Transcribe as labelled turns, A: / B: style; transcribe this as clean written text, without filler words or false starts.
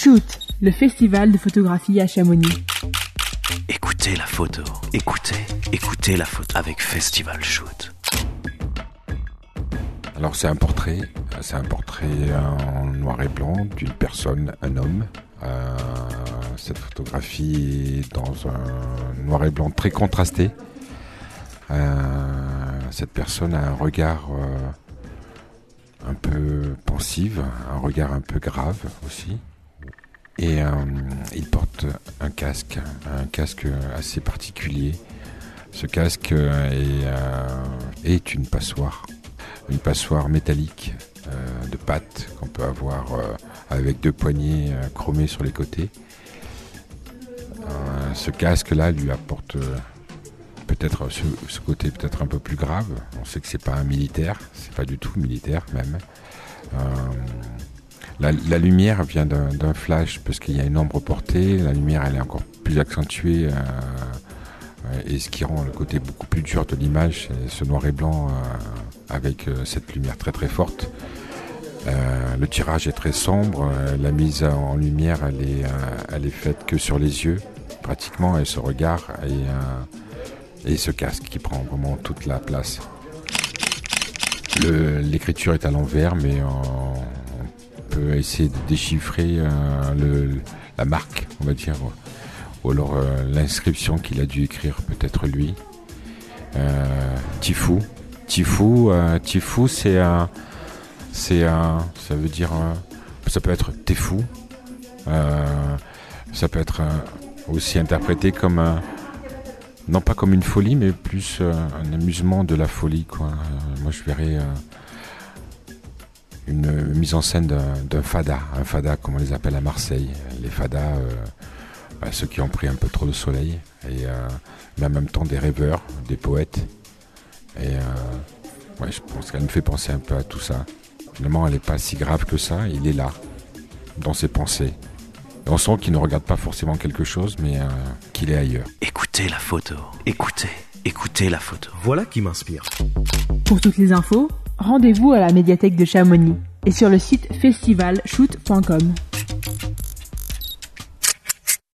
A: Shoot, le festival de photographie à Chamonix.
B: Écoutez la photo. Écoutez la photo avec Festival Shoot.
C: Alors c'est un portrait en noir et blanc d'une personne, un homme. Cette photographie est dans un noir et blanc très contrasté. Cette personne a un regard un peu pensif, un regard un peu grave aussi. Et il porte un casque assez particulier. Ce casque est une passoire métallique de pattes qu'on peut avoir avec deux poignées chromées sur les côtés. Ce casque-là lui apporte peut-être ce côté peut-être un peu plus grave. On sait que c'est pas un militaire, c'est pas du tout militaire même. La lumière vient d'un flash parce qu'il y a une ombre portée. La lumière elle est encore plus accentuée et ce qui rend le côté beaucoup plus dur de l'image, c'est ce noir et blanc avec cette lumière très très forte. Le tirage est très sombre. La mise en lumière elle est faite que sur les yeux pratiquement, et ce regard et ce casque qui prend vraiment toute la place. L'écriture est à l'envers, mais on peut essayer de déchiffrer la marque, on va dire, ou alors l'inscription qu'il a dû écrire, peut-être lui. Tifou, ça veut dire, ça peut être t'es fou. Ça peut être aussi interprété comme non pas comme une folie, mais plus un amusement de la folie, quoi. Moi je verrais une mise en scène d'un fada, un fada comme on les appelle à Marseille. Les fadas, ceux qui ont pris un peu trop de soleil, mais en même temps des rêveurs, des poètes. Et je pense qu'elle me fait penser un peu à tout ça. Finalement elle n'est pas si grave que ça, il est là, dans ses pensées. Et on sent qu'il ne regarde pas forcément quelque chose, mais qu'il est ailleurs.
B: Écoutez la photo. Écoutez la photo.
D: Voilà qui m'inspire.
A: Pour toutes les infos, rendez-vous à la médiathèque de Chamonix et sur le site festivalshoot.com.